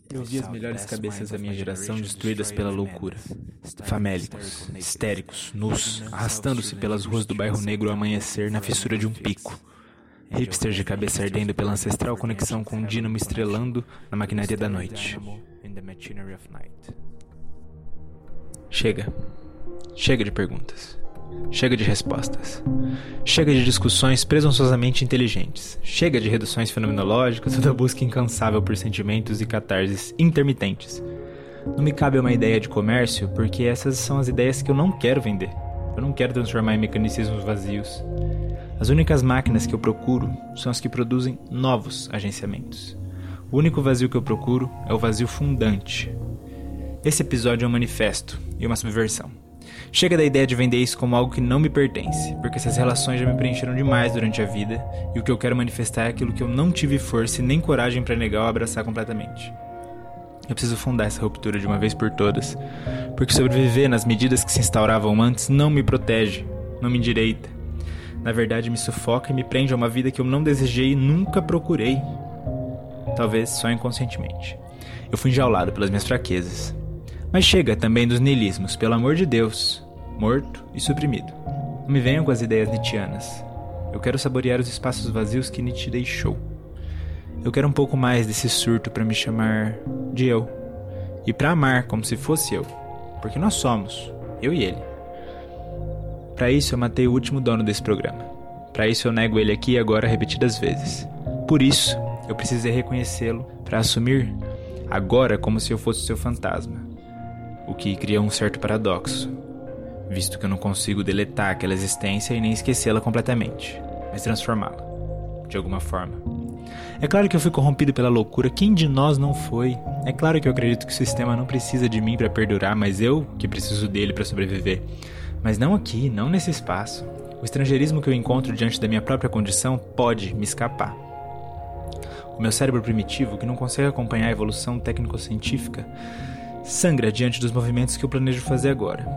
Eu vi as melhores cabeças da minha geração destruídas pela loucura. Famélicos, histéricos, nus, arrastando-se pelas ruas do bairro negro ao amanhecer na fissura de um pico. Hipsters de cabeça ardendo pela ancestral conexão com um dínamo estrelando na maquinaria da noite. Chega. Chega de perguntas. Chega de respostas. Chega de discussões presunçosamente inteligentes. Chega de reduções fenomenológicas ou da busca incansável por sentimentos e catarses intermitentes. Não me cabe uma ideia de comércio, porque essas são as ideias que eu não quero vender. Eu não quero transformar em mecanicismos vazios. As únicas máquinas que eu procuro são as que produzem novos agenciamentos. O único vazio que eu procuro é o vazio fundante. Esse episódio é um manifesto e uma subversão. Chega da ideia de vender isso como algo que não me pertence, porque essas relações já me preencheram demais durante a vida, e o que eu quero manifestar é aquilo que eu não tive força e nem coragem para negar ou abraçar completamente. Eu preciso fundar essa ruptura de uma vez por todas, porque sobreviver nas medidas que se instauravam antes não me protege, não me endireita. Na verdade, me sufoca e me prende a uma vida que eu não desejei e nunca procurei. Talvez só inconscientemente. Eu fui enjaulado pelas minhas fraquezas. Mas chega também dos niilismos, pelo amor de Deus, morto e suprimido. Não me venham com as ideias nietzschianas. Eu quero saborear os espaços vazios que Nietzsche deixou. Eu quero um pouco mais desse surto para me chamar de eu. E para amar como se fosse eu. Porque nós somos, eu e ele. Para isso eu matei o último dono desse programa. Para isso eu nego ele aqui e agora repetidas vezes. Por isso eu precisei reconhecê-lo para assumir agora como se eu fosse seu fantasma. O que cria um certo paradoxo, visto que eu não consigo deletar aquela existência e nem esquecê-la completamente, mas transformá-la, de alguma forma. É claro que eu fui corrompido pela loucura, quem de nós não foi? É claro que eu acredito que o sistema não precisa de mim para perdurar, mas eu que preciso dele para sobreviver. Mas não aqui, não nesse espaço. O estrangeirismo que eu encontro diante da minha própria condição pode me escapar. O meu cérebro primitivo, que não consegue acompanhar a evolução técnico-científica, sangra diante dos movimentos que eu planejo fazer agora.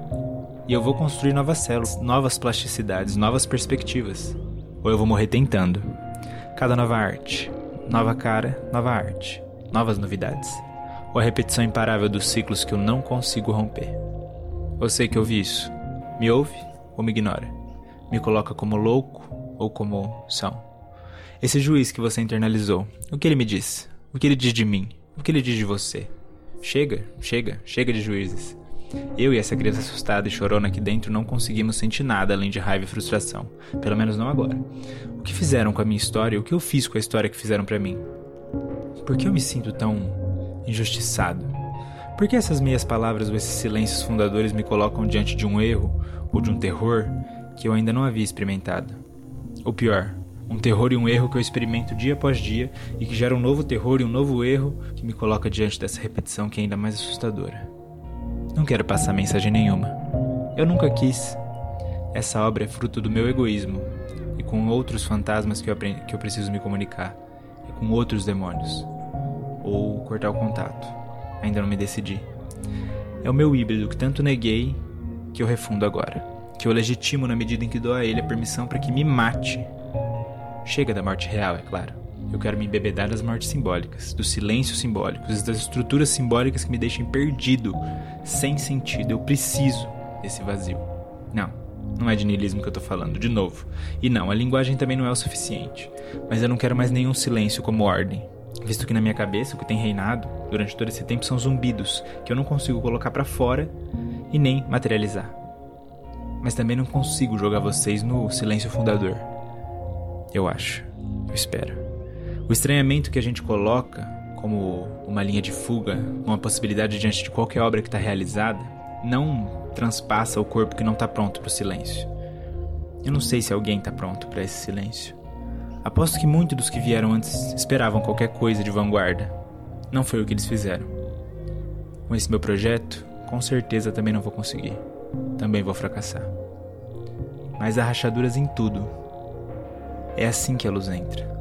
E eu vou construir novas células, novas plasticidades, novas perspectivas. Ou eu vou morrer tentando. Cada nova arte, nova cara, nova arte, novas novidades. Ou a repetição imparável dos ciclos que eu não consigo romper. Eu sei que ouvi isso. Me ouve ou me ignora? Me coloca como louco ou como são? Esse juiz que você internalizou, o que ele me diz? O que ele diz de mim? O que ele diz de você? Chega de juízes. Eu e essa criança assustada e chorona aqui dentro não conseguimos sentir nada além de raiva e frustração. Pelo menos não agora. O que fizeram com a minha história e o que eu fiz com a história que fizeram pra mim? Por que eu me sinto tão injustiçado? Por que essas meias palavras ou esses silêncios fundadores me colocam diante de um erro ou de um terror que eu ainda não havia experimentado? Ou pior, um terror e um erro que eu experimento dia após dia e que gera um novo terror e um novo erro que me coloca diante dessa repetição que é ainda mais assustadora. Não quero passar mensagem nenhuma. Eu nunca quis. Essa obra é fruto do meu egoísmo e com outros fantasmas que eu preciso me comunicar. E com outros demônios. Ou cortar o contato. Ainda não me decidi. É o meu híbrido que tanto neguei que eu refundo agora. Que eu legitimo na medida em que dou a ele a permissão para que me mate. Chega da morte real, é claro. Eu quero me embebedar das mortes simbólicas, dos silêncios simbólicos, das estruturas simbólicas que me deixem perdido, sem sentido. Eu preciso desse vazio. Não é de niilismo que eu tô falando, de novo. E não, a linguagem também não é o suficiente. Mas eu não quero mais nenhum silêncio como ordem. Visto que na minha cabeça o que tem reinado durante todo esse tempo são zumbidos, que eu não consigo colocar pra fora e nem materializar. Mas também não consigo jogar vocês no silêncio fundador. Eu acho. Eu espero. O estranhamento que a gente coloca como uma linha de fuga, uma possibilidade diante de qualquer obra que está realizada, não transpassa o corpo que não está pronto para o silêncio. Eu não sei se alguém está pronto para esse silêncio. Aposto que muitos dos que vieram antes esperavam qualquer coisa de vanguarda. Não foi o que eles fizeram. Com esse meu projeto, com certeza também não vou conseguir. Também vou fracassar. Mas há rachaduras em tudo. É assim que a luz entra.